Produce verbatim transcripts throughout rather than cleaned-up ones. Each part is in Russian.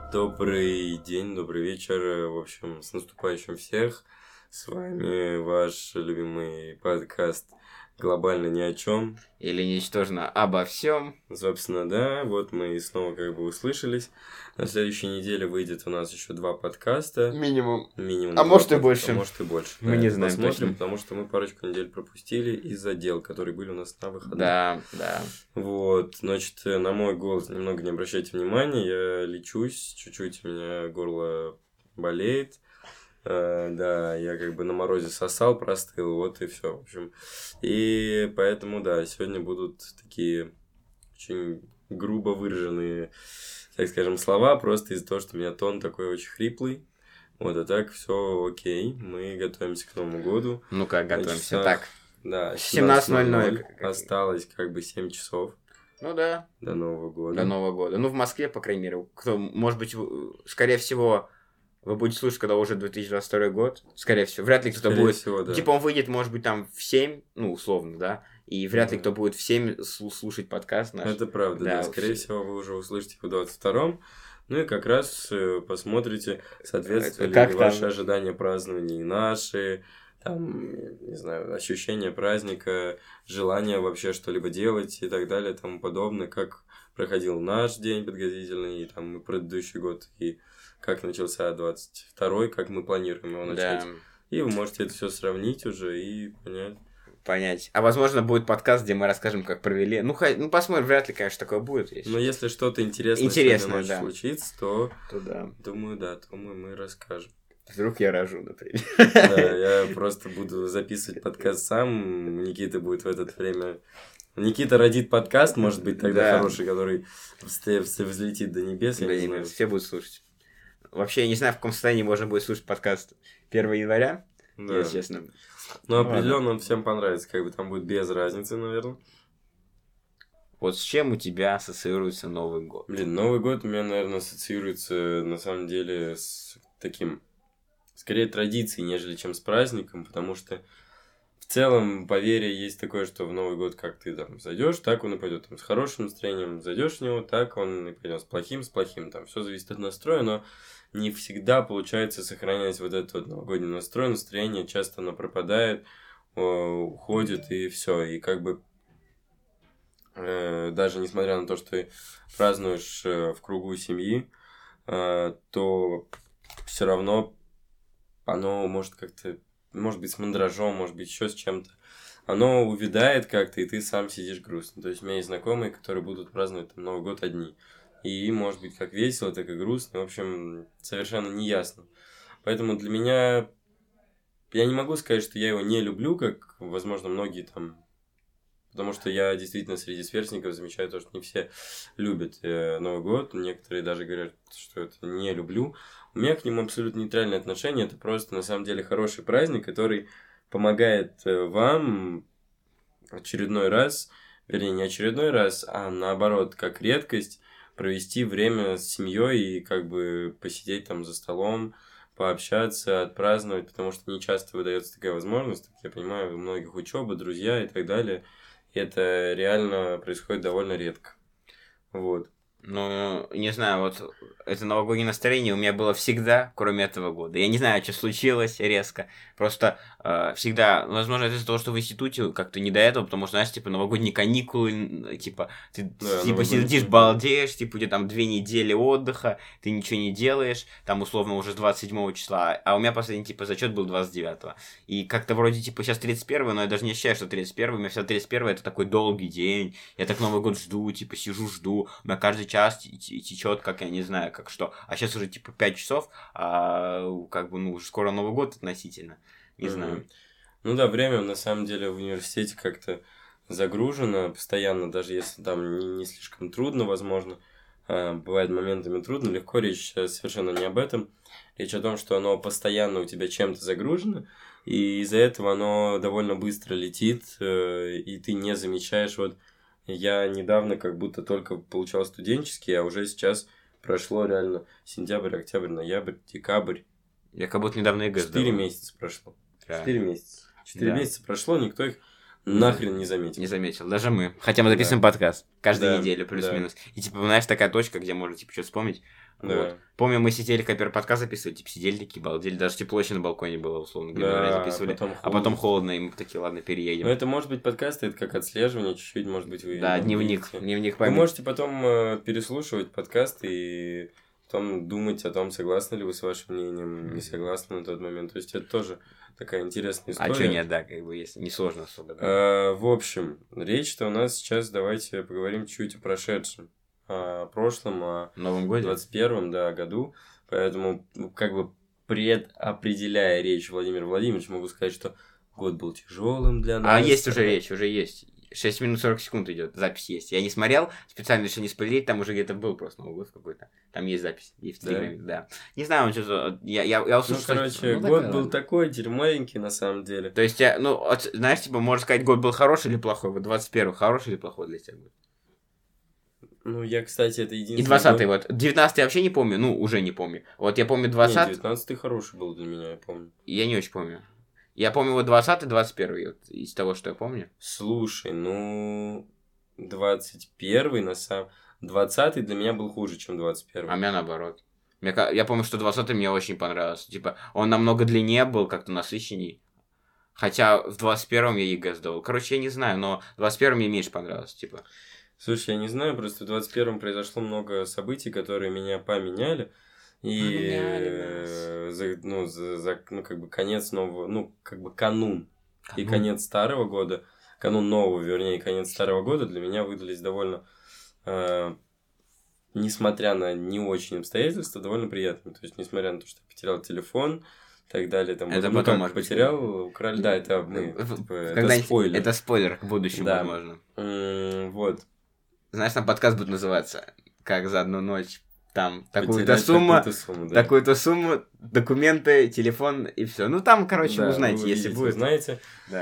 Добрый день, добрый вечер. В общем, с наступающим всех. С вами ваш любимый подкаст «Глобально ни о чем». Или ничтожно обо всем. Собственно, да, вот мы снова как бы услышались. На следующей неделе выйдет у нас еще два подкаста. Минимум. Минимум. А может и подкаста, больше. А может и больше. Мы да, не знаем посмотрим, точно. потому что мы парочку недель пропустили из-за дел, которые были у нас на выходных. Да, да. Вот, значит, на мой голос немного не обращайте внимания, я лечусь, чуть-чуть у меня горло болеет. Uh, да, я как бы на морозе сосал, простыл, вот и все, в общем. И поэтому, да, сегодня будут такие очень грубо выраженные, так скажем, слова, просто из-за того, что у меня тон такой очень хриплый. Вот, а так все окей, мы готовимся к Новому году. Ну как готовимся, часах, так. Да, семнадцать ноль ноль. Осталось как бы семь часов. Ну да. До Нового года. До Нового года. Ну, в Москве, по крайней мере. Кто, может быть, скорее всего... Вы будете слушать, когда уже две тысячи двадцать второй год. Скорее всего. Вряд ли кто-то Скорее будет... всего, да. Типа он выйдет, может быть, там в семь, ну, условно, да. И вряд да. ли кто будет в семь слушать подкаст наш. Это правда, да. да. Скорее все. всего, вы уже услышите в двадцать втором. Ну и как раз посмотрите, соответствуют как ли там? ваши ожидания празднования и наши. Там, не знаю, ощущения праздника, желание вообще что-либо делать и так далее и тому подобное. Как проходил наш день подготовительный, и там и предыдущий год, и как начался двадцать второй, как мы планируем его начать. Да. И вы можете это все сравнить уже и понять. Понять. А возможно, будет подкаст, где мы расскажем, как провели. Ну, х... ну посмотрим, вряд ли, конечно, такое будет. Если... Но если что-то интересное, интересное да. случится, то, то да. думаю, да, то мы, мы расскажем. Вдруг я рожу, например. Да, я просто буду записывать подкаст сам. Никита будет в это время... Никита родит подкаст, может быть, тогда да. хороший, который взлетит до небес. Да, я не знаю. Все будут слушать. Вообще, я не знаю, в каком состоянии можно будет слушать подкаст первого января, да. если честно. Ну, определенно он всем понравится, как бы там будет без разницы, наверное. Вот с чем у тебя ассоциируется Новый год? Блин, Новый год у меня, наверное, ассоциируется, на самом деле, с таким, скорее, традицией, нежели чем с праздником, потому что в целом, поверье, есть такое, что в Новый год, как ты там зайдешь, так он и пойдет. Там, с хорошим настроением зайдешь в него, так он и пойдет. С плохим, с плохим. Там все зависит от настроя, но не всегда получается сохранять вот этот вот новогодний настрой. Настроение часто оно пропадает, уходит и все. И как бы э, даже несмотря на то, что ты празднуешь э, в кругу семьи, э, то все равно оно может как-то... может быть, с мандражом, может быть, еще с чем-то. Оно увядает как-то, и ты сам сидишь грустно. То есть, у меня есть знакомые, которые будут праздновать там, Новый год одни. И им может быть как весело, так и грустно. В общем, совершенно неясно. Поэтому для меня... Я не могу сказать, что я его не люблю, как, возможно, многие там... Потому что я действительно среди сверстников замечаю то, что не все любят э, Новый год. Некоторые даже говорят, что это не люблю. У меня к нему абсолютно нейтральное отношение. Это просто, на самом деле, хороший праздник, который помогает э, вам очередной раз, вернее, не очередной раз, а наоборот, как редкость, провести время с семьей и как бы посидеть там за столом, пообщаться, отпраздновать, потому что не часто выдается такая возможность. Как я понимаю, у многих учеба, друзья и так далее. И это реально происходит довольно редко. Вот. Ну, не знаю, вот это новогоднее настроение у меня было всегда, кроме этого года. Я не знаю, что случилось резко. Просто э, всегда, возможно, это из-за того, что в институте как-то не до этого, потому что, знаешь, типа, новогодние каникулы, типа, ты да, типа сидишь, балдеешь, типа, у тебя там две недели отдыха, ты ничего не делаешь, там, условно, уже с двадцать седьмого числа, а у меня последний, типа, зачет был двадцать девятого. И как-то вроде, типа, сейчас тридцать первого, но я даже не ощущаю, что тридцать первого, у меня всегда тридцать первого это такой долгий день, я так Новый год жду, типа, сижу, жду, у меня каждый час течет, как я не знаю, как что. А сейчас уже типа пять часов, а как бы, ну, уже скоро Новый год относительно. Не mm-hmm. знаю. Ну да, время на самом деле в университете как-то загружено постоянно, даже если там не, не слишком трудно, возможно. А, бывает моментами трудно, легко. Речь совершенно не об этом. Речь о том, что оно постоянно у тебя чем-то загружено, и из-за этого оно довольно быстро летит, и ты не замечаешь вот. Я недавно как будто только получал студенческий, а уже сейчас прошло реально сентябрь, октябрь, ноябрь, декабрь. Я как будто недавно ЕГЭ сдавал. Четыре месяца прошло. Да. Четыре месяца. Четыре да. месяца прошло, никто их нахрен не заметил. Не заметил, даже мы. Хотя мы записываем да. подкаст каждую да, неделю, плюс-минус. Да. И, типа, знаешь, такая точка, где можно, типа, что вспомнить. Да. Вот. Помню, мы сидели, когда первый подкаст записывали, типа, сидели такие, балдели. Даже тепло еще на балконе было, условно говоря, да, записывали. Потом а потом холодно, и мы такие, ладно, переедем. Ну, это может быть подкаст, это как отслеживание, чуть-чуть, может быть, вы... Да, дневник, видите. дневник памяти. Вы можете потом э, переслушивать подкаст и потом думать о том, согласны ли вы с вашим мнением, не согласны на тот момент. То есть, это тоже такая интересная история. А что нет, да, как бы, если не сложно особо. Да. А, в общем, речь-то у нас сейчас, давайте поговорим чуть о прошедшем. О прошлом, о Новом годе? двадцать первом, да, году. Поэтому, как бы, предопределяя речь Владимира Владимировича, могу сказать, что год был тяжелым для нас. А есть уже речь, уже есть. шесть минут сорок секунд идет, запись есть. Я не смотрел, специально решил не спойлерить, там уже где-то был просто Новый год какой-то. Там есть запись, и в Телеграме, да. да. Не знаю, он что-то... Я, я, я услышал... Ну, короче, что... ну, год такой, был ладно. такой дерьмовенький, на самом деле. То есть, я, ну, от, знаешь, типа, можно сказать, год был хороший или плохой? Вот двадцать первый хороший или плохой для тебя год? Ну, я, кстати, это единственный И двадцатый год... вот. девятнадцатый я вообще не помню, ну, уже не помню. Вот я помню двадцатый... Нет, девятнадцатый хороший был для меня, я помню. Я не очень помню. Я помню вот двадцатый, двадцать первый, вот, из того, что я помню. Слушай, ну, двадцать первый, на самом... двадцатый для меня был хуже, чем двадцать первый. А меня наоборот. Мне, я помню, что двадцатый мне очень понравился. Типа, он намного длиннее был, как-то насыщенней. Хотя в двадцать первом я ЕГЭ сдал. Короче, я не знаю, но в двадцать первом мне меньше понравилось, типа. Слушай, я не знаю, просто в двадцать первом произошло много событий, которые меня поменяли. И э, за, ну, за, за, ну, как бы конец нового, ну, как бы канун, канун и конец старого года, канун нового, вернее, и конец старого года для меня выдались довольно, э, несмотря на не очень обстоятельства, довольно приятными. То есть, несмотря на то, что я потерял телефон и так далее, там, это ну, потом как потерял, украли, да, это мы, типа, это спойлер. Это спойлер к будущему, да. возможно. М-м, вот. Знаешь, там подкаст будет называться «Как за одну ночь». Там такую-то сумму, такую-то сумму, да. такую-то сумму, документы, телефон и все. Ну там, короче, да, узнаете, вы если видите, будет. Знаете. Да.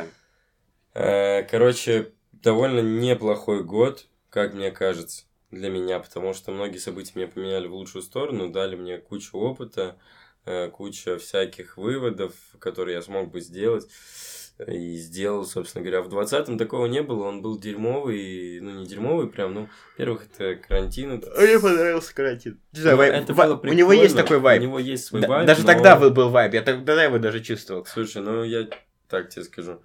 Короче, довольно неплохой год, как мне кажется, для меня, потому что многие события меня поменяли в лучшую сторону, дали мне кучу опыта, куча всяких выводов, которые я смог бы сделать. И сделал, собственно говоря. В двадцатом такого не было, он был дерьмовый, ну не дерьмовый прям, ну, во-первых, это карантин. Это... Мне понравился карантин. Не знаю, ну, вайб... это ва... У него есть такой вайб. У него есть свой да, вайб. Даже но... тогда был, был вайб, я тогда его даже чувствовал. Слушай, ну я так тебе скажу.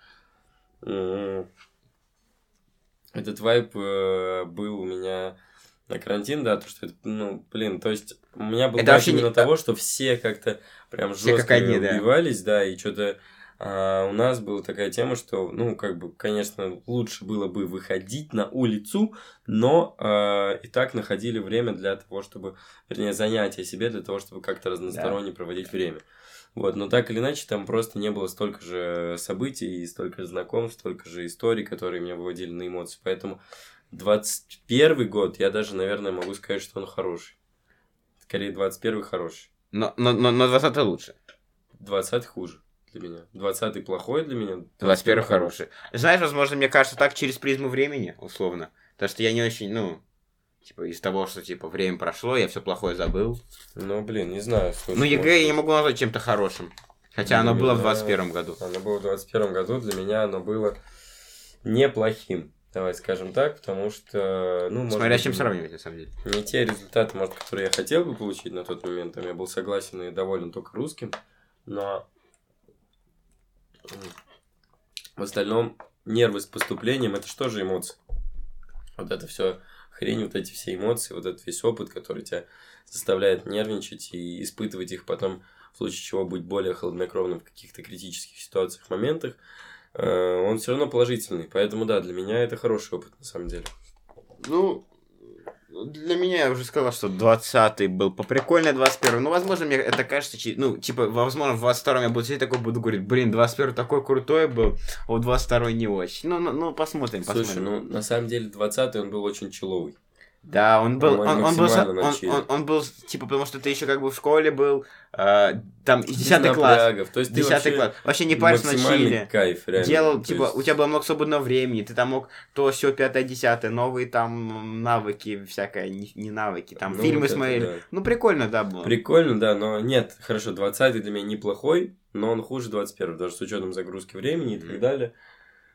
Этот вайб э, был у меня на карантин, да, то что это, ну, блин, то есть у меня был это вайб именно не... того, что все как-то прям все жестко как одни, убивались, да, да и что-то... А у нас была такая тема, что, ну, как бы, конечно, лучше было бы выходить на улицу, но э, и так находили время для того, чтобы, вернее, занятия себе, для того, чтобы как-то разносторонне да. проводить время. Вот, но так или иначе, там просто не было столько же событий, столько же знакомств, столько же историй, которые меня выводили на эмоции. Поэтому двадцать первый год, я даже, наверное, могу сказать, что он хороший. Скорее, двадцать первый хороший. Но, но, но, но двадцатый лучше. двадцатый хуже. Для меня. двадцатый плохой для меня. двадцать первый хороший. Знаешь, возможно, мне кажется, так через призму времени, условно. Потому что я не очень, ну, типа, из того, что, типа, время прошло, я все плохое забыл. Ну, блин, не знаю. Ну, ЕГЭ я не могу назвать чем-то хорошим. Хотя оно меня... было в двадцать первом году. Оно было в двадцать первом году, для меня оно было неплохим. Давай скажем так, потому что, ну, может Смотря быть, с чем сравнивать, на самом деле. Не те результаты, может, которые я хотел бы получить на тот момент. Там я был согласен и доволен только русским. Но... В остальном, нервы с поступлением, это что же эмоции? Вот это все хрень, вот эти все эмоции, вот этот весь опыт, который тебя заставляет нервничать и испытывать их потом, в случае чего быть более хладнокровным в каких-то критических ситуациях, моментах, он все равно положительный. Поэтому, да, для меня это хороший опыт, на самом деле. Ну, для меня я уже сказал, что двадцатый был поприкольнее, двадцать первый. Ну, возможно, мне это кажется, ну, типа, возможно, в двадцать втором я буду сидеть такой, буду говорить, блин, двадцать первый такой крутой был, а вот двадцать второй не очень. Ну, ну, ну посмотрим, посмотрим. Слушай, ну, на самом деле, двадцатый он был очень чилловый. Да, он был, он, он, он, был он, он, он был, типа, потому что ты еще как бы в школе был, э, там, десятый класс, то есть десятый класс, вообще не парился на чили, кайф, реально. Делал, типа, есть... у тебя было много свободного времени, ты там мог то, все, пятое, десятое, новые там навыки, всякое, не, не навыки, там, ну, фильмы вот смотрели, да. Ну, прикольно, да, было. Прикольно, да, но нет, хорошо, двадцатый для меня неплохой, но он хуже двадцать первого, даже с учетом загрузки времени и так далее.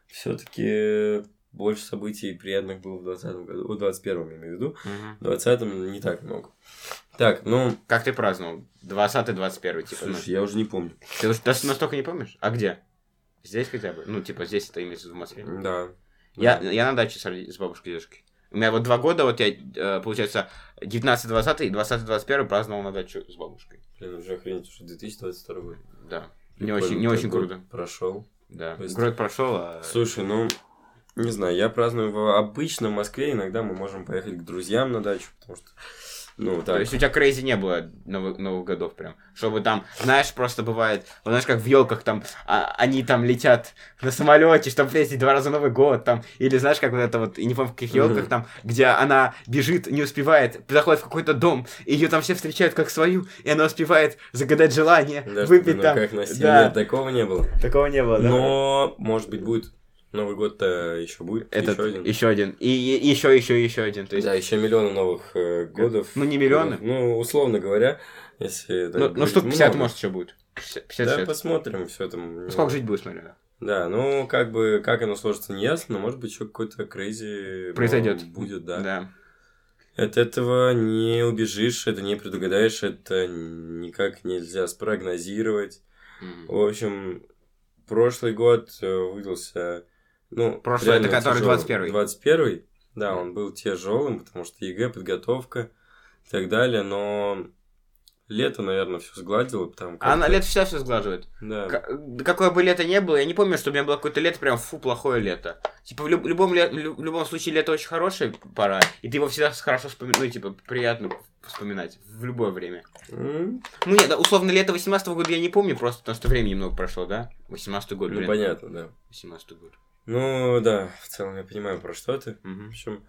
все-таки больше событий приятных было в двадцатом году, в двадцать первом, я имею в виду, Угу. в двадцатом не так много. Так, ну... Как ты праздновал? двадцатый двадцать первый, типа. Слушай, ну. я уже не помню. Ты уже даже настолько не помнишь? А где? Здесь хотя бы? Ну, типа, здесь это имеется в виду в Москве. Да. Я, да. я на даче с, роди- с бабушкой и дедушкой. У меня вот два года, вот я, э, получается, девятнадцатый двадцатый и двадцатый двадцать первый праздновал на дачу с бабушкой. Блин, уже охренеть, уже две тысячи двадцать второй год. Да. Не очень, не очень круто. Прошел. Да. То есть- Год прошел, а... Слушай, ну, не знаю, я праздную в обычно в Москве, иногда мы можем поехать к друзьям на дачу, потому что, ну, То так. есть у тебя крейзи не было новых, новых годов прям? Чтобы там, знаешь, просто бывает, вот знаешь, как в елках там, а, они там летят на самолете, чтобы встретить два раза Новый год там, или знаешь, как вот это вот, и не помню в каких елках Мгм. там, где она бежит, не успевает, заходит в какой-то дом, и ее там все встречают как свою, и она успевает загадать желание, Да, выпить ну, там. как на силе, Да. нет, такого не было. Такого не было, да? Но, может быть, будет. Новый год-то еще будет. Этот, еще один. еще один. И еще, еще, еще один. То есть, Да, еще миллионы новых э, годов. Ну, не миллионы. Ну, условно говоря, если... так ну, ну, говорить, штук пятьдесят, много. может, еще будет. пятьдесят, пятьдесят Да, шесть. посмотрим, все там. Ну, сколько жить будешь, смотря. Да. Да, ну, как бы, как оно сложится, не ясно, но, может быть, еще какой-то крейзи Произойдет. будет, да. Да. От этого не убежишь, это не предугадаешь, это никак нельзя спрогнозировать. Мгм. В общем, прошлый год э, выдался, ну, Прошлый, это реально который тяжелым. двадцать первый. двадцать первый, да, Да. он был тяжелым, потому что ЕГЭ, подготовка и так далее, но лето, наверное, все сгладило, там А на как-то- лето всегда все сглаживает. Да. К- да какое бы лето ни было, я не помню, что у меня было какое-то лето, прям фу, плохое лето. Типа в, люб- любом, ле- лю- в любом случае лето очень хорошая пора, и ты его всегда хорошо вспоминаешь, ну, типа, приятно вспоминать в любое время. М, Ну, нет, да, условно, лето восемнадцатого года я не помню, просто потому что времени много прошло, да? восемнадцатый год, Ну, блин. понятно, да. восемнадцатый год. Ну, да, в целом я понимаю, про что ты. В Мгм. общем,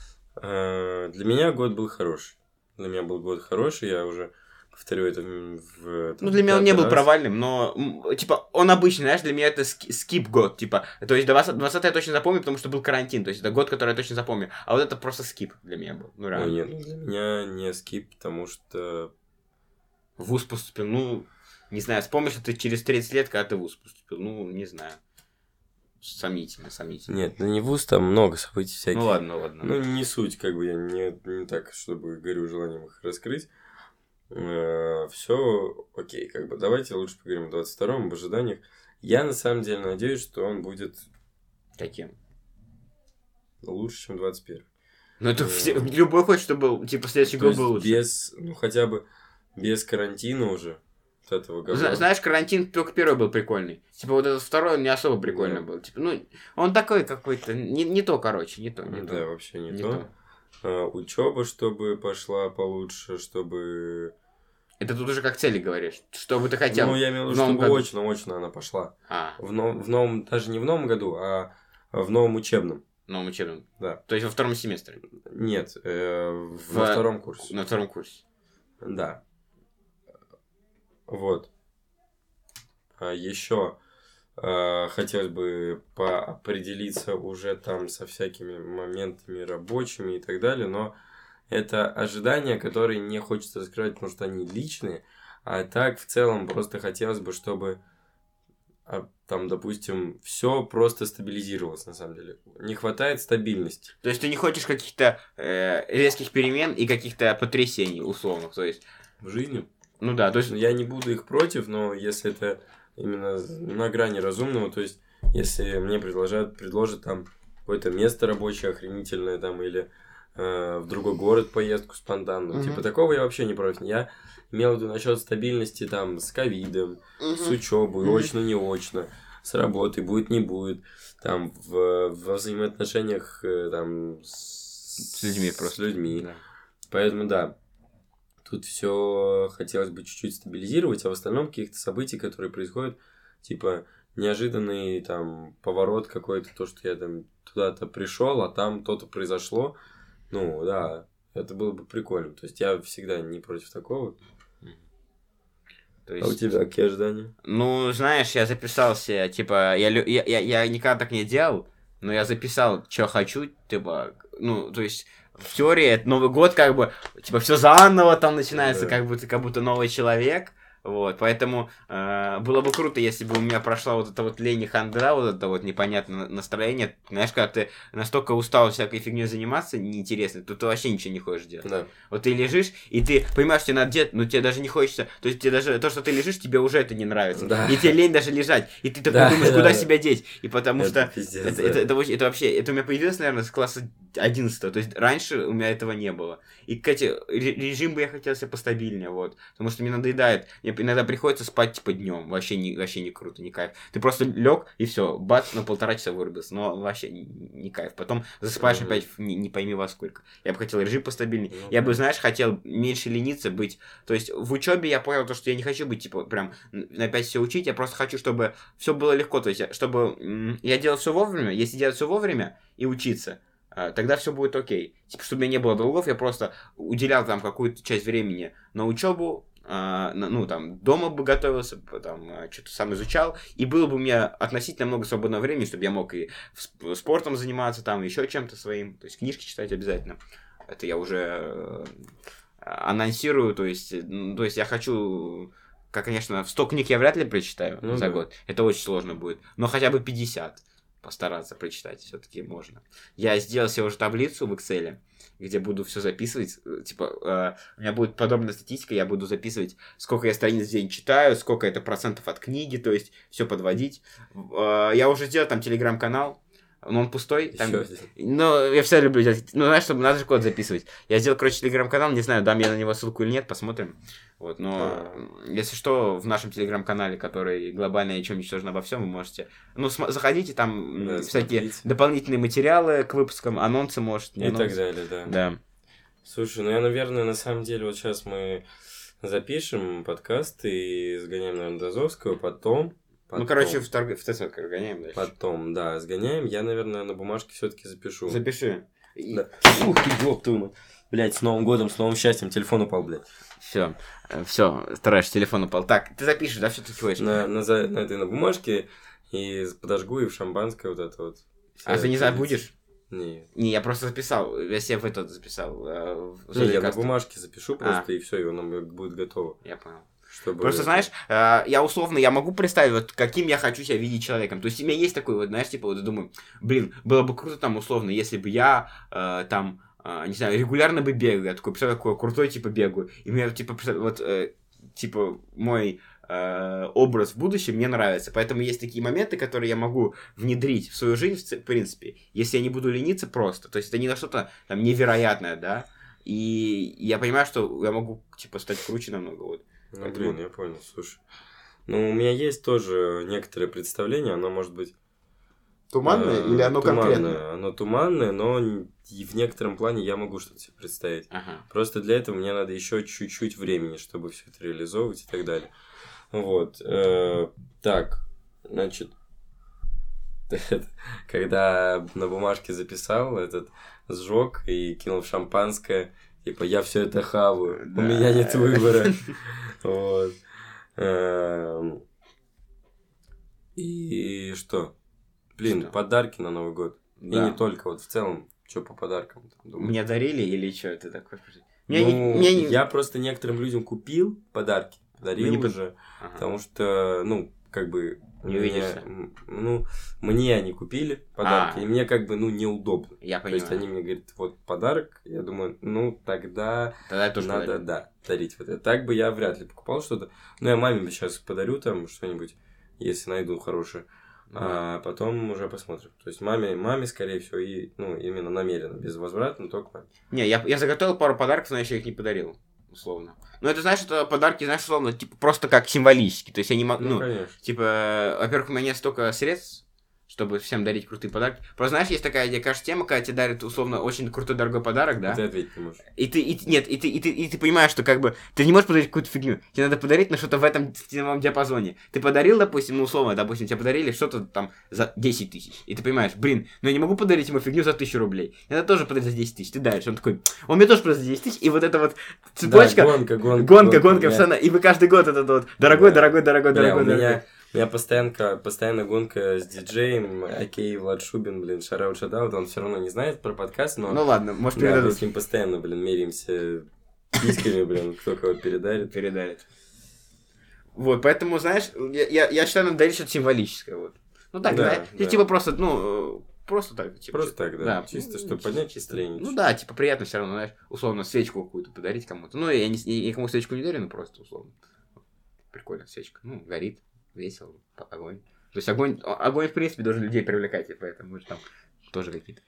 э, для меня год был хороший. Для меня был год хороший, я уже повторю это в... в- Ну, для меня он не пятый был раз. провальным, но, м, типа, он обычный, знаешь, для меня это ски- скип-год, типа, то есть двадцатый я точно запомню, потому что был карантин, то есть это год, который я точно запомню, а вот это просто скип для меня был, ну, Ну, реально. нет, ну, для меня не скип, потому что... В вуз поступил, ну, не знаю, вспомнишь, что ты через тридцать лет, когда ты в вуз поступил, ну, не знаю, сомнительно, сомнительно. Нет, ну не вуз, там много событий всяких. Ну, ладно, ладно. Ну, не суть, как бы я не, не так, чтобы горю желанием их раскрыть. Все окей, как бы давайте лучше поговорим о двадцать втором, об ожиданиях. Я на самом деле надеюсь, что он будет Каким? лучше, чем двадцать первый. Ну, это Э, все, любой хочет, чтобы, был, типа, следующий То год есть был лучше. без, ну хотя бы без карантина уже, от этого говна. Зна- Знаешь, карантин только первый был прикольный. Типа, вот этот второй, он не особо прикольный Да. был. Типа, ну, он такой какой-то, не, не то, короче, не то, не Да, то. вообще не, Не то. то. А, учеба, чтобы пошла получше, чтобы... Это тут уже как цели говоришь. Что бы ты хотел? Ну, я имею в в виду, новом чтобы году? очно-очно она пошла. А, В, но- в новом, даже не в новом году, а в новом учебном. новом учебном. Да. То есть во втором семестре. Нет, э, В- во втором курсе. На втором курсе. Да. Вот. А еще э, хотелось бы поопределиться уже там со всякими моментами рабочими и так далее, но это ожидания, которые не хочется раскрывать, потому что они личные, а так в целом просто хотелось бы, чтобы а, там, допустим, все просто стабилизировалось на самом деле. Не хватает стабильности. То есть ты не хочешь каких-то э, резких перемен и каких-то потрясений условных. То есть, В жизни. ну да, то есть... Я не буду их против, но если это именно на грани разумного, то есть если мне предложат, предложат там какое-то место рабочее охренительное там или э, в другой город поездку спонтанную, Мгм. типа такого я вообще не против. Я имел в виду насчет стабильности там с ковидом, с учебой, Мгм. очно, не очно, с работой, будет, не будет, там в, во взаимоотношениях э, там с, С людьми с просто. людьми. Да. Поэтому да, тут все хотелось бы чуть-чуть стабилизировать, а в остальном каких-то событий, которые происходят, типа неожиданный там поворот какой-то, то, что я там туда-то пришел, а там то-то произошло, ну да, это было бы прикольно. То есть я всегда не против такого. То А у есть... тебя какие ожидания? Ну, знаешь, я записался, типа, я, лю- я, я, я никогда так не делал, но я записал, что хочу, типа, ну, то есть, в теории, это Новый год, как бы, типа, все заново там начинается, Да. как будто, как будто новый человек, Вот, поэтому э, было бы круто, если бы у меня прошла вот эта вот лень и хандра, вот это вот непонятное настроение. Знаешь, когда ты настолько устал всякой фигней заниматься, неинтересно, то ты вообще ничего не хочешь делать. Да. Вот ты лежишь, и ты понимаешь, что тебе надо делать, но тебе даже не хочется. То есть тебе даже то, что ты лежишь, тебе уже это не нравится. Да. И тебе лень даже лежать. И ты такой Да, думаешь, да, куда да. себя деть. И потому Это что пиздец, это, да. это, это, очень- это вообще, это у меня появилось, наверное, с класса одиннадцатого. То есть раньше у меня этого не было. И, кстати, ре- режим бы я хотел себе постабильнее, вот. Потому что мне надоедает. Мне иногда приходится спать типа днем. Вообще не, вообще не круто, не кайф. Ты просто лег и все, бац, на полтора часа вырубился. Но вообще не, не кайф. Потом засыпаешь Мгм. опять в- не, не пойми во сколько. Я бы хотел режим постабильнее. Ну Я да. бы, знаешь, хотел меньше лениться, быть. То есть в учебе я понял то, что я не хочу быть, типа, прям на пять все учить. Я просто хочу, чтобы все было легко. То есть, я- чтобы м, я делал все вовремя. Если делать все вовремя и учиться, а, тогда все будет окей. Типа, чтобы у меня не было долгов, я просто уделял там какую-то часть времени на учебу, а, на- ну, там, дома бы готовился, там, а, что-то сам изучал, и было бы у меня относительно много свободного времени, чтобы я мог и в сп- спортом заниматься, там, еще чем-то своим, то есть книжки читать обязательно. Это я уже э, анонсирую, то есть, э, ну, то есть я хочу, как, конечно, в сто книг я вряд ли прочитаю Ну за да. год, это очень сложно будет, но хотя бы пятьдесят постараться прочитать все-таки можно. Я сделал себе уже таблицу в Excel, где буду все записывать. э, Типа, э, у меня будет подробная статистика, я буду записывать, сколько я страниц в день читаю, сколько это процентов от книги, то есть все подводить. Э, я уже сделал там телеграм-канал, но он пустой. Там... Ещё один. Ну, я всегда люблю делать. Ну, знаешь, чтобы надо же код записывать. Я сделал, короче, телеграм-канал, не знаю, дам я на него ссылку или нет, посмотрим. Вот, но А. если что, в нашем телеграм-канале, который глобально и чем ничтожно обо всем, вы можете. Ну, см- заходите, там м, Да, всякие смотрите. дополнительные материалы к выпускам, анонсы, может, не И так анонсы. далее, да. Да. Слушай, ну я, наверное, на самом деле, вот сейчас мы запишем подкаст и сгоняем, наверное, до Азовского, потом... потом Ну, короче, в, торг... в ТСВ гоняем дальше. Потом, да, сгоняем. Я, наверное, на бумажке все-таки запишу. Запиши. И... Да. Ух ты, ёб твою мать. Блять, с Новым годом, с новым счастьем, телефон упал, блядь. Все, все, трэш, телефон упал. Так, ты запишешь, да, все-таки хочешь? На, на, за- на этой, на бумажке и подожгу, и в шампанское вот это вот. А ты не Вся забудешь? Не. Не, я просто записал, я себе в этот записал. э, в Не, я на Зодиакаст. бумажке запишу просто, А. и все, и оно будет готово. Я понял. Чтобы Просто, это- знаешь, э, я условно, я могу представить, вот каким я хочу себя видеть человеком. То есть у меня есть такой вот, знаешь, типа, вот я думаю, блин, было бы круто там, условно, если бы я э, там, э, не знаю, регулярно бы бегал, я такой, представляю, такой крутой, типа, бегаю. И мне, типа, представь, вот, э, типа, мой э, образ в будущем мне нравится. Поэтому есть такие моменты, которые я могу внедрить в свою жизнь, в ц- в принципе, если я не буду лениться просто. То есть это не на что-то там невероятное, да. И я понимаю, что я могу, типа, стать круче намного, вот. Ну, Поэтому- блин, я понял, слушай. Ну, у меня есть тоже некоторое представление, оно может быть... Туманное э, или оно туманное. конкретное? Оно туманное, но н- и в некотором плане я могу что-то себе представить. Ага. Просто для этого мне надо еще чуть-чуть времени, чтобы все это реализовывать и так далее. Вот. э, Так, значит, когда на бумажке записал этот сжег и кинул в шампанское, типа, я все это хаваю, у Да. меня нет выбора. Вот. Эм, И что? Блин, Что? подарки на Новый год. И Да. не только, вот в целом, что по подаркам. там, думаю. Мне дарили или что это такое? Мне Ну, не- мне не- я просто некоторым людям купил подарки, дарил Ну, не под- уже, Ага. потому что, ну, как бы... Не мне- увидишься. м, Ну, мне они купили подарки, А. и мне как бы, ну, неудобно. Я То понимаю. есть они мне говорят, вот подарок, я думаю, ну, тогда Тогда я тоже надо, подарю. да, дарить вот это. Так бы я вряд ли покупал что-то. Но я маме сейчас подарю там что-нибудь, если найду хорошее. Ну, А потом уже посмотрим. То есть маме, маме, скорее всего, и, ну, именно намеренно, без возврата, но только маме. Не, я, я заготовил пару подарков, но я еще их не подарил, условно. Ну, это, знаешь, это подарки, знаешь, условно, типа, просто как символически. То есть я не могу, Ну, ну, конечно. типа, э, во-первых, у меня нет столько средств, чтобы всем дарить крутые подарки. Просто, знаешь, есть такая, мне кажется, тема, когда тебе дарят, условно, очень крутой, дорогой подарок, да? Ты ответить не можешь. И ты, и, ты- нет, и ты, и, ты, и ты понимаешь, что как бы ты не можешь подарить какую-то фигню. Тебе надо подарить на что-то в этом ценовом диапазоне. Ты подарил, допустим, ну условно, допустим, тебе подарили что-то там за десять тысяч. И ты понимаешь, блин, ну я не могу подарить ему фигню за тысячу рублей. Мне надо тоже подарить за десять тысяч. Ты даришь. Он такой, он мне тоже подарит за десять тысяч. И вот эта вот цепочка, Да, гонка, гонка, гонка, гонка, бля. все на- и вы каждый год этот вот дорогой, Да. дорогой, дорогой, Бля, дорогой, у меня, дорогой. у меня постоянка, постоянно гонка с диджеем, окей, Влад Шубин, блин, шараут шадаут, он все равно не знает про подкаст, но Ну ладно, может да, мы передадут. с ним постоянно, блин, меряемся письками, блин, кто кого передарит. Передарит. Вот, поэтому, знаешь, я, я, я считаю, надо дарить что-то символическое, вот. Ну так, Да, знаешь, да. типа просто, ну, просто так. Типа, Просто так, да. да. Чисто, Ну, чтобы чисто, поднять чисто. настроение. Ну да, типа приятно все равно, знаешь, условно, свечку какую-то подарить кому-то. Ну, я, не, я никому свечку не дарю, ну просто, условно. Прикольно, свечка. Ну, горит, весело, огонь. То есть огонь, огонь, в принципе, должен людей привлекать, и поэтому мы же там тоже какие-то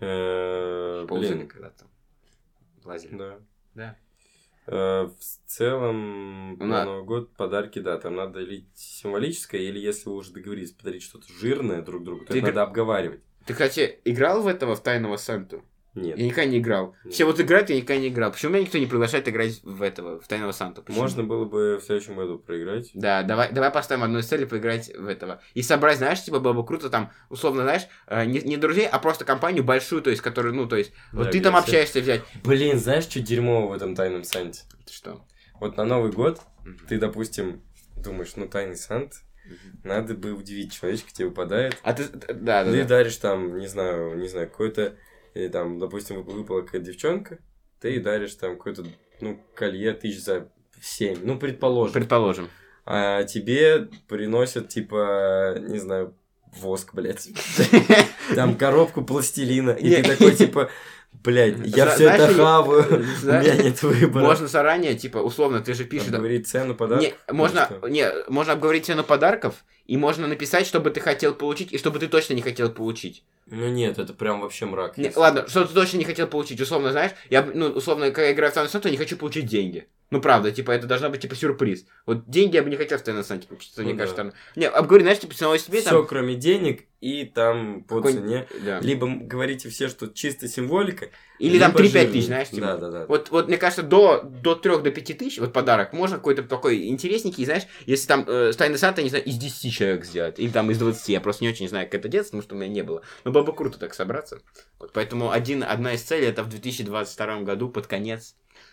ползали когда-то. Лазили. Да. Да. В целом, На- на Новый год подарки, да, там надо или символическое, или если вы уже договорились подарить что-то жирное друг другу, то Ты это гр- надо обговаривать. Ты, кстати, играл в этого, в Тайного Санту? Нет. Я никогда не играл. Нет. Все вот играют, я никогда не играл. Почему меня никто не приглашает играть в этого, в Тайного Санту? Почему? Можно было бы в следующем году проиграть. Да, давай, давай поставим одну из целей поиграть в этого. И собрать, знаешь, типа, было бы круто там, условно, знаешь, э, не, не друзей, а просто компанию большую, то есть, которую, ну, то есть, Да, вот ты там где общаешься взять. Блин, знаешь, что дерьмово в этом Тайном Санте? Это что? Вот на Новый год Мгм. ты, допустим, думаешь, ну, Тайный Сант, Мгм. надо бы удивить человечка, тебе выпадает. А ты, да, да, Ты да. даришь там, не знаю, не знаю, какой-то, или там, допустим, выпала какая-то девчонка, ты даришь там какое-то, ну, колье тысяч за семь, ну, предположим. Предположим. А тебе приносят, типа, не знаю, воск, блядь. Там коробку пластилина, и ты такой, типа, блядь, я Зна- все знаешь, это и- хаваю, у зна- меня нет выбора. Можно заранее, типа, условно, ты же пишешь... Говорить цену подарков? Не, Ну, можно, что? не, можно обговорить цену подарков, и можно написать, что бы ты хотел получить, и что бы ты точно не хотел получить. Ну нет, это прям вообще мрак. Не, если- ладно, что ты точно не хотел получить, условно, знаешь, я, б- ну, условно, когда я играю в Тайный Санта, я не хочу получить деньги. Ну, правда, типа, это должна быть, типа, сюрприз. Вот деньги я бы не хотел в Тайном Санте получить, это, Ну мне да. кажется, там... Не, обговори, знаешь, типа, самого себе Все, там... кроме денег, и там по какой- цене. Да. Либо м- говорите все, что чисто символика. Или там либо три-пять жирный. тысяч, знаешь, типа. Да, да, да. Вот, вот, мне кажется, до, до трёх до пяти тысяч, вот подарок, можно какой-то такой интересненький, знаешь, если там э, с Тайный Санта, не знаю, из десяти человек сделать, или там из двадцати, я просто не очень знаю, как это делать, потому что у меня не было. Но было бы круто так собраться. Вот, поэтому один, одна из целей, это в две тысячи двадцать втором году под конец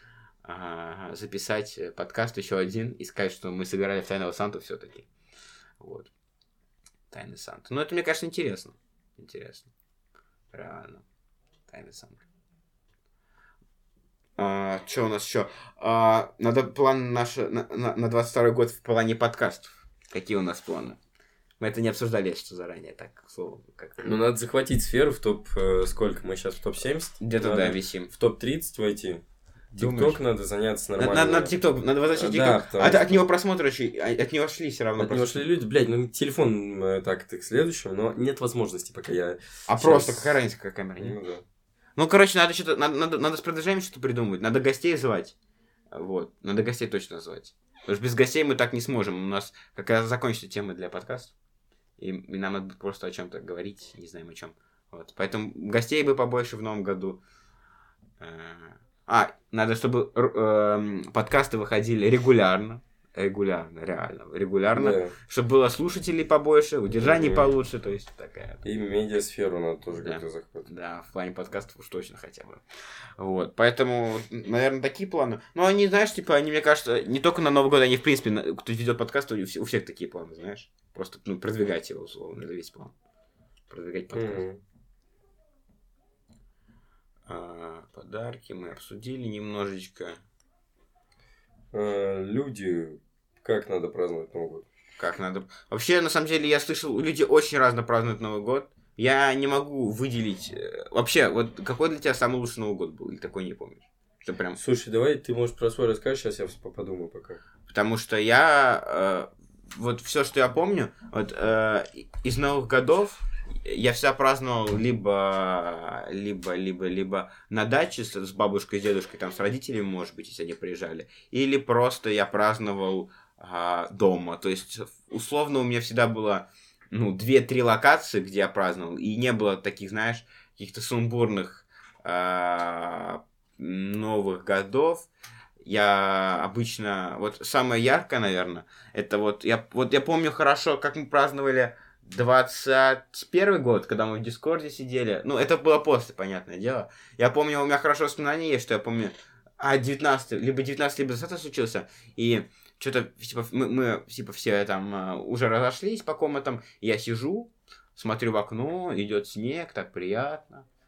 а, записать э, подкаст еще один и сказать, что мы сыграли в Тайного Санту все-таки. Вот. Тайный Санта. Ну, это, мне кажется, интересно. Интересно. Реально. Тайный Санта. А, что у нас еще? А, надо план наши, на, на, на двадцать второй год в плане подкастов. Какие у нас планы? Мы это не обсуждали, я что заранее, так, к слову. Как... Ну, надо захватить сферу в топ... э, сколько? Мы сейчас в топ семьдесят? Где-то, Надо да, висим. в топ тридцать войти. Думаешь? ТикТок надо заняться Надо, нормально. надо ТикТок, надо возвращать Да, ТикТок. потому от, что- от него просмотры очень, а- от него шли все равно. От него просто. шли люди, блядь, ну телефон э, так, так, к следующему, но нет возможности, пока я... А Сейчас- просто какая разница, какая камера? не? Ну, да. Ну, короче, надо что-то, надо, надо, надо с продвижением что-то придумывать. Надо гостей звать. Вот. Надо гостей точно звать. Потому что без гостей мы так не сможем. У нас как раз закончится тема для подкаста. И, и нам надо будет просто о чем-то говорить, не знаем о чем. Вот. Поэтому гостей бы побольше в новом году. Э, А, надо, чтобы р- эм, подкасты выходили регулярно. Регулярно, реально. Регулярно. Да. Чтобы было слушателей побольше, удержаний Мгм. получше. То есть такая. И медиасферу надо тоже Да. как-то захватывать. Да, в плане подкастов уж точно хотя бы. Вот, поэтому, наверное, такие планы. Но они, знаешь, типа, они, мне кажется, не только на Новый год, они, в принципе, на- кто ведет подкаст, у, вс- у всех такие планы, знаешь. Просто, ну, продвигать его, условно, это весь план. Продвигать подкаст. Мгм. А, подарки мы обсудили немножечко. Э, Люди, как надо праздновать Новый год? Как надо... Вообще, на самом деле, я слышал, люди очень разно празднуют Новый год. Я не могу выделить... э, Вообще, вот какой для тебя самый лучший Новый год был? Или такой не помнишь? Что прям... Слушай, давай ты, может, про свой расскажешь, сейчас я вс- подумаю пока. Потому что я... э, вот все, что я помню, вот э, из новых годов я всегда праздновал либо, либо, либо, либо на даче с, с бабушкой, с дедушкой, там с родителями, может быть, если они приезжали, или просто я праздновал а, дома. То есть, условно, у меня всегда было, ну, две-три локации, где я праздновал, и не было таких, знаешь, каких-то сумбурных а, новых годов. Я обычно, вот самое яркое, наверное, это вот, я, вот я помню хорошо, как мы праздновали двадцать первый год, когда мы в Дискорде сидели. Ну, это было после, понятное дело. Я помню, у меня хорошо воспоминания есть, что я помню, а, девятнадцатый, либо девятнадцатый, либо двадцатый случился, и что-то, типа, мы, мы, типа, все там а, уже разошлись по комнатам, я сижу, смотрю в окно, идет снег, так приятно.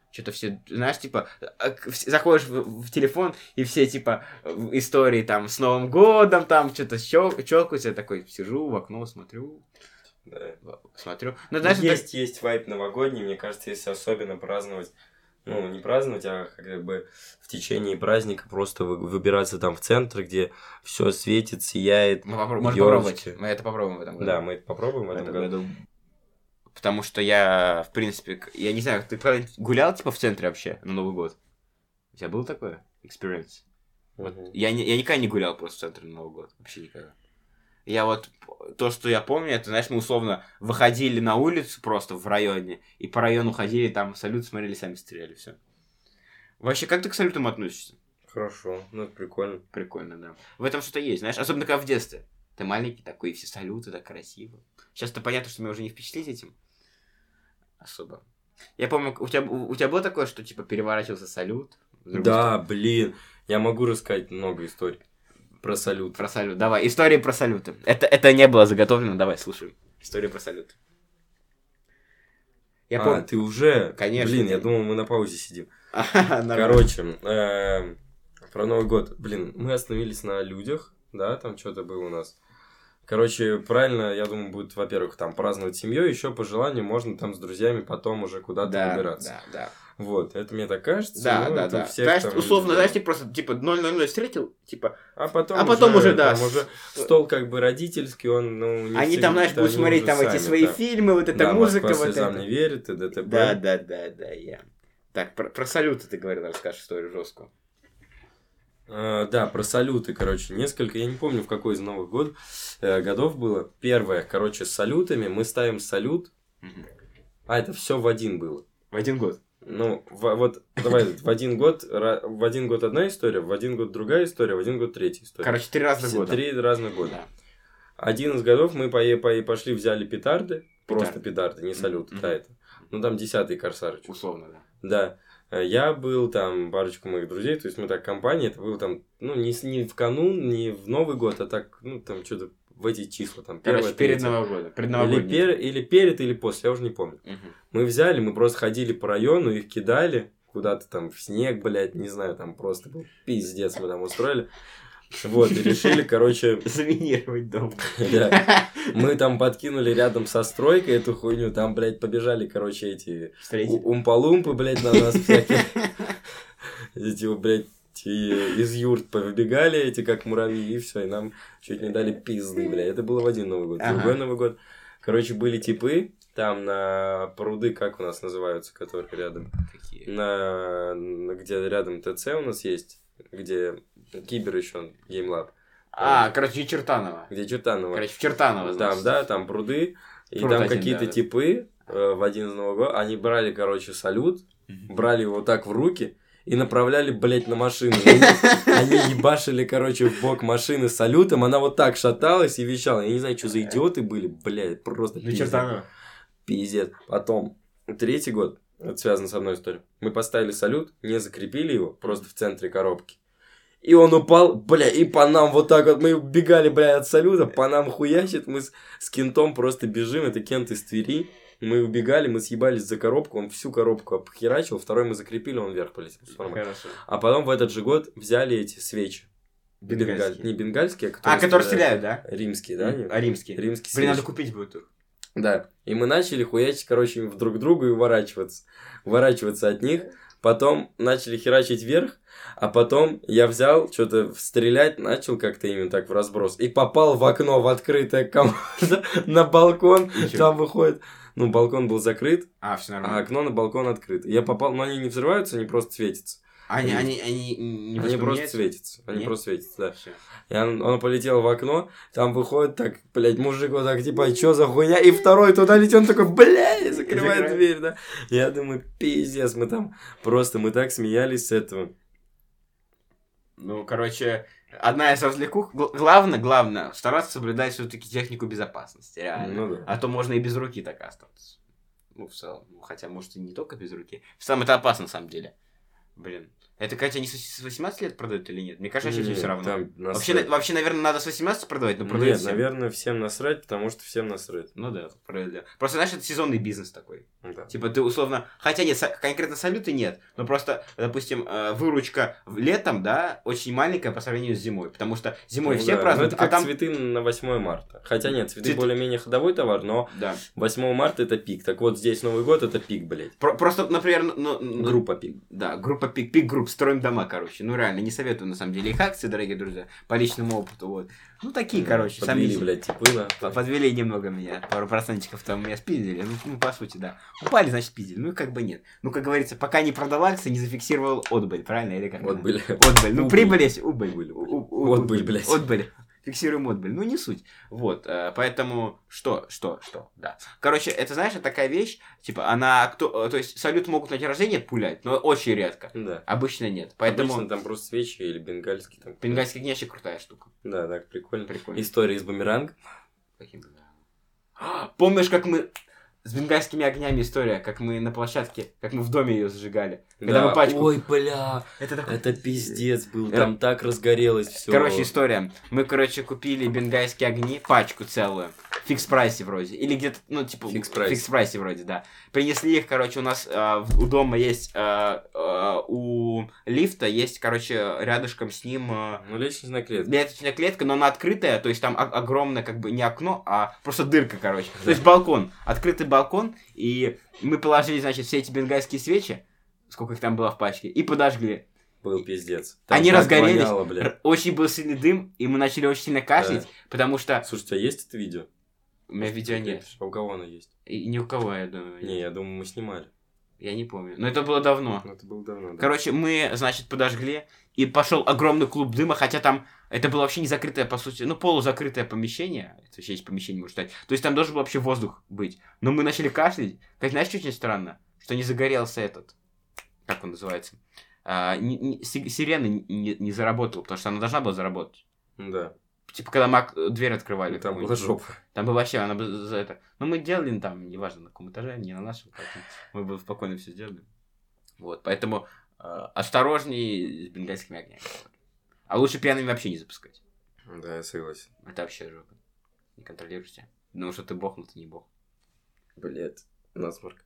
Что-то все, знаешь, типа, заходишь в, в телефон, и все, типа, истории там с Новым годом, там что-то щелкаются, я такой сижу в окно, смотрю, Да. смотрю. Ну, знаешь, есть, это... есть вайб новогодний, мне кажется, если особенно праздновать, ну, не праздновать, а как бы в течение праздника просто вы, выбираться там в центр, где все светит, сияет. Мы попро- можем попробовать, мы это попробуем в этом году. Да, мы это попробуем в, в этом, этом году. году. Потому что я, в принципе, я не знаю, ты гулял, типа, в центре вообще на Новый год? У тебя был такое experience? Вот, uh-huh. я, не, я никогда не гулял просто в центре на Новый год, вообще никогда. Я вот, то, что я помню, это, знаешь, мы условно выходили на улицу просто в районе, и по району ходили, там салют смотрели, сами стреляли, все. Вообще, как ты к салютам относишься? Хорошо, ну это прикольно. Прикольно, да. В этом что-то есть, знаешь, особенно как в детстве. Ты маленький такой, и все салюты, так красиво. Сейчас-то понятно, что меня уже не впечатлить этим. Особо. Я помню, у тебя, у, у тебя было такое, что типа переворачивался салют? Да, сторону? Блин, я могу рассказать много историй про салют. Про салют, давай, истории про салюты. Это, это не было заготовлено, давай, слушай. Истории про салют. Я а, пом... ты уже? Конечно. Блин, ты... я думал, мы на паузе сидим. Короче, про Новый год. Блин, мы остановились на людях, да, там что-то было у нас. Короче, правильно, я думаю, будет, во-первых, там праздновать семьей, еще по желанию можно там с друзьями потом уже куда-то да, выбираться. Да, да. Вот, это мне так кажется. Да, ну, да, да. Знаешь, там, условно, да. знаешь, ты просто, типа, ноль ноль ноль встретил, типа... А потом, а потом уже, уже да. Там уже стол как бы родительский, он, ну, не Они всегда, там, знаешь, будут смотреть там сами, эти свои да. фильмы, вот эта да, музыка, Москва вот слезам это. не верит, и ДТП. Да, да, да, да, я. Так, про, про салюты ты говорил, расскажешь историю жесткую. Uh, да, про салюты, короче, несколько, я не помню, в какой из Новых год, э, годов было. Первое, короче, с салютами, мы ставим салют, mm-hmm. а это все в один было. В один год? Ну, в, вот, давай, в один год, в один год одна история, в один год другая история, в один год третья история. Короче, три разных года. Три разных года. Да. Один из годов мы по, по, пошли, взяли петарды, петарды. Просто петарды, не салют, mm-hmm. да, это. Ну, там десятый корсарыч. Условно, да. Да. Я был, там, парочку моих друзей, то есть мы так, компания, это было там, ну, не, не в канун, не в Новый год, а так, ну, там, что-то в эти числа, там, первое, Короче, перед Новым годом, перед Новым или, пер, или перед, или после, я уже не помню. Угу. Мы взяли, мы просто ходили по району, их кидали куда-то там в снег, блядь, не знаю, там просто был пиздец мы там устроили. Вот, и решили, короче... Заминировать дом. Да. Мы там подкинули рядом со стройкой эту хуйню, там, блядь, побежали, короче, эти... Умпа-лумпы, блядь, на нас всякие. Эти, блядь, из юрт повыбегали, эти, как муравьи, и все, и нам чуть не дали пизды, блядь. Это было в один Новый год. Другой Новый год. Короче, были типы, там на пруды, как у нас называются, которые рядом. Какие? На... Где рядом ТЦ у нас есть, где... Кибер еще, геймлаб. А, короче, Чертаново. Где Чертаново. Короче, в Чертаново. Там, да, там пруды. И Пруд там один, какие-то да, типы э, в один из Нового года, они брали, короче, салют, mm-hmm. брали его так в руки и направляли, блядь, на машину. Они ебашили, короче, в бок машины салютом, она вот так шаталась и вещала. Я не знаю, что за идиоты были, блядь, просто пиздец. Пиздец. Потом, третий год. Это связано с одной историей. Мы поставили салют, не закрепили его, просто в центре коробки. И он упал, бля, и по нам вот так вот, мы бегали, бля, от салюта, по нам хуячит, мы с, с Кентом просто бежим, это Кент из Твери. Мы убегали, мы съебались за коробку, он всю коробку обхерачил, второй мы закрепили, он вверх полетел. А потом в этот же год взяли эти свечи. Бенгальские. Бенгаль... Не бенгальские, а которые, а, которые стреляют, да? Римские, да? А, римские. Римские Блин, надо купить будет их. Да, и мы начали хуячить, короче, в друг друга и уворачиваться. Уворачиваться от них. Потом начали херачить вверх, а потом я взял, что-то стрелять, начал как-то ими так в разброс. И попал в окно, в открытое комнате, на балкон, там выходит... Ну, балкон был закрыт, а, все нормально. А окно на балкон открыто. Я попал, но они не взрываются, они просто светятся. Они, они, они, не они просто светятся. Они Нет? просто светятся, да. Все. И он, он полетел в окно, там выходит так, блядь, мужик вот так, типа, что за хуйня? И второй туда летит, он такой, блядь, закрывает Закрывает. дверь, да. Я думаю, пиздец, мы там просто, мы так смеялись с этого. Ну, короче, одна из развлекух, главное, главное, стараться соблюдать все-таки технику безопасности, реально. Ну, да. А то можно и без руки так остаться. Ну, в целом, хотя, может, и не только без руки. В целом, это опасно, на самом деле. Блин. Это, Катя, они с восемнадцати лет продают или нет? Мне кажется, вообще все равно. Там Вообще, на- вообще, наверное, надо с восемнадцати продавать, но продают Нет, всем. наверное, всем насрать, потому что всем насрать. Ну да, справедливо. Просто, знаешь, это сезонный бизнес такой. Да. Типа ты условно... Хотя нет, са- конкретно салюты нет, но просто, допустим, э, выручка в- летом, да, очень маленькая по сравнению с зимой. Потому что зимой Ну все да, празднуют, ну это а как там... цветы на восьмое марта. Хотя нет, цветы Цветы- более-менее ходовой товар, но Да. восьмое марта это пик. Так вот, здесь Новый год это пик, блядь. Про- просто, например... Ну, ну, Группа пик. Да, группа пик, пик групп, строим дома, короче. Ну реально, не советую на самом деле их акции, дорогие друзья, по личному опыту, вот. Ну такие, короче, Подвели, сами... блядь, типы на... П- Подвели немного меня, пару процентиков там меня спиздили, ну, ну, по сути, да. Упали, значит, спиздили, ну, как бы нет. Ну, как говорится, пока не продал акции, не зафиксировал отбыль, правильно, или как? Вот были. Отбыль, ну, Убыль. прибыль есть, убыль. Убыль, У- убыль. у- Отбыль, убыль. блядь. Отбыль. Фиксируем отбыль. Ну, не суть. Вот, э, поэтому, что, что, что, да. Короче, это, знаешь, это такая вещь, типа, она, кто, то есть, салют могут на день рождения пулять, но очень редко. Да. Обычно нет, поэтому... Обычно там просто свечи или бенгальский. Там... Бенгальский огни вообще крутая штука. Да, так, прикольно. Прикольно. История из бумеранг. Помнишь, как мы... С бенгальскими огнями история, как мы на площадке, как мы в доме ее зажигали. Когда Да. мы пачку... Ой, бля, это, такой... это пиздец был, Это- там так разгорелось все. Короче, история. Мы, короче, купили бенгальские огни, пачку целую. В фикс-прайсе вроде. Или где-то, ну, типа... Фикс-прайс. В фикс-прайсе вроде, да. Принесли их, короче, у нас э, в- у дома есть... э, э, у лифта есть, короче, рядышком с ним... Э, Ну, лестничная клетка. лестничная клетка, но она открытая, то есть там о- огромное, как бы, не окно, а просто дырка, короче. То есть балкон. Открытый балкон, и мы положили, значит, все эти бенгальские свечи, сколько их там было в пачке, и подожгли. Был пиздец. Они так разгорелись, воняло, бля. Р- очень был сильный дым, и мы начали очень сильно кашлять, потому что... Слушайте, а есть это видео? У меня видео нет. А у кого оно есть? И ни у кого, я думаю. Не, я думаю, мы снимали. Я не помню. Но это было давно. Ну, это было давно, да. Короче, мы, значит, подожгли, и пошел огромный клуб дыма, хотя там это было вообще не закрытое, по сути, ну, полузакрытое помещение, это вообще есть помещение, можно сказать, то есть там должен был вообще воздух быть, но мы начали кашлять, как, знаешь, что очень странно, что не загорелся этот, как он называется, а, не, не- си- сирена не, не- не заработала, потому что она должна была заработать. Ну да. Типа, когда мы ок- дверь открывали. Ну, там какую-нибудь. была жопа. Там бы вообще, она бы за это... Ну, мы делали там, неважно, на каком этаже, не на нашем, поэтому мы бы спокойно все сделали. Вот, поэтому э, осторожней с бенгальскими огнями. А лучше пьяными вообще не запускать. Да, я согласен. Это вообще жопа. Не контролируешь себя. Потому что ты бог, но ты не бог. Блядь, насморк.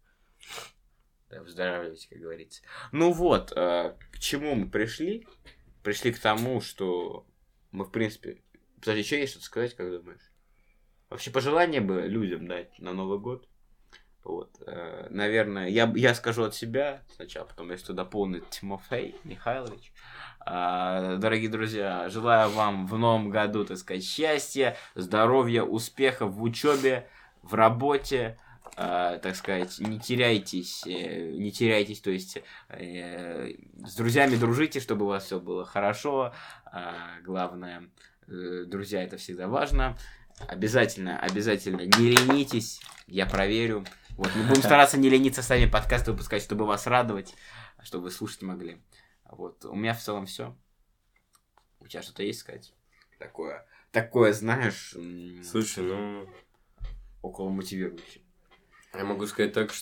Да, выздоравливайте, как говорится. Ну вот, э, к чему мы пришли? Пришли к тому, что мы, в принципе... Подожди, еще есть что-то сказать, как думаешь? Вообще, пожелания бы людям дать на Новый год. Вот, э, наверное, я, я скажу от себя сначала, потом если туда дополнит Тимофей Михайлович. А, дорогие друзья, желаю вам в новом году, так сказать, счастья, здоровья, успехов в учебе, в работе, а, так сказать, не теряйтесь, э, не теряйтесь, то есть э, с друзьями дружите, чтобы у вас все было хорошо. А, главное, э, друзья, это всегда важно. Обязательно, обязательно не ленитесь, я проверю. Вот, мы будем стараться не лениться сами подкасты выпускать, чтобы вас радовать, чтобы вы слушать могли. Вот, у меня в целом все. У тебя что-то есть сказать? Такое, такое, знаешь, м, Слушай, ну... около мотивирующее. Я могу сказать так,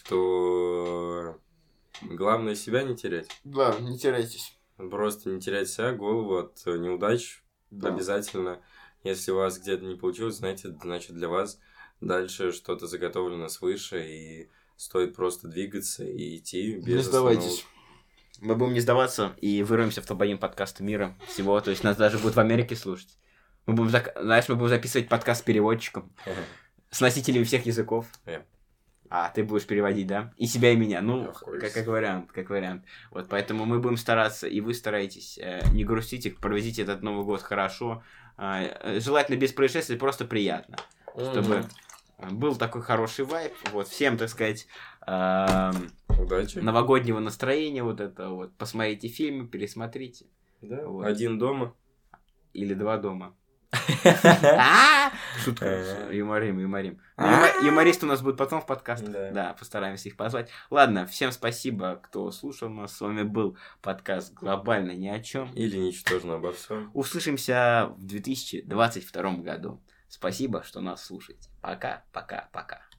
что... Главное себя не терять. Да, не теряйтесь. Просто не терять себя, голову от неудач. Да. Обязательно. Если у вас где-то не получилось, знаете, значит для вас дальше что-то заготовлено свыше, и стоит просто двигаться и идти без Не сдавайтесь. остановок. Мы будем не сдаваться и вырвемся в топ-один подкаста мира всего. То есть нас даже будут в Америке слушать. Мы будем, зак... знаешь, мы будем записывать подкаст с переводчиком, с носителями всех языков. Yeah. А, ты будешь переводить, да? И себя, и меня. Ну, Of course. как, как вариант, как вариант. Вот, поэтому мы будем стараться, и вы стараетесь. Э, не грустите, проведите этот Новый год хорошо. Э, желательно без происшествий, просто приятно. Чтобы был такой хороший вайб. Вот, всем, так сказать, э, Удачи. новогоднего настроения вот это вот. Посмотрите фильмы, пересмотрите. Да. Вот. Один дома. Или два дома. А? Шутка. Юморим, юморим. Ну, юмо- Юмористы у нас будут потом в подкастах. Да. Да, постараемся их позвать. Ладно, всем спасибо, кто слушал нас. С вами был подкаст «Глобально ни о чем». Или ничтожно обо всем. Услышимся в две тысячи двадцать втором году. Спасибо, что нас слушаете. Пока, пока, пока.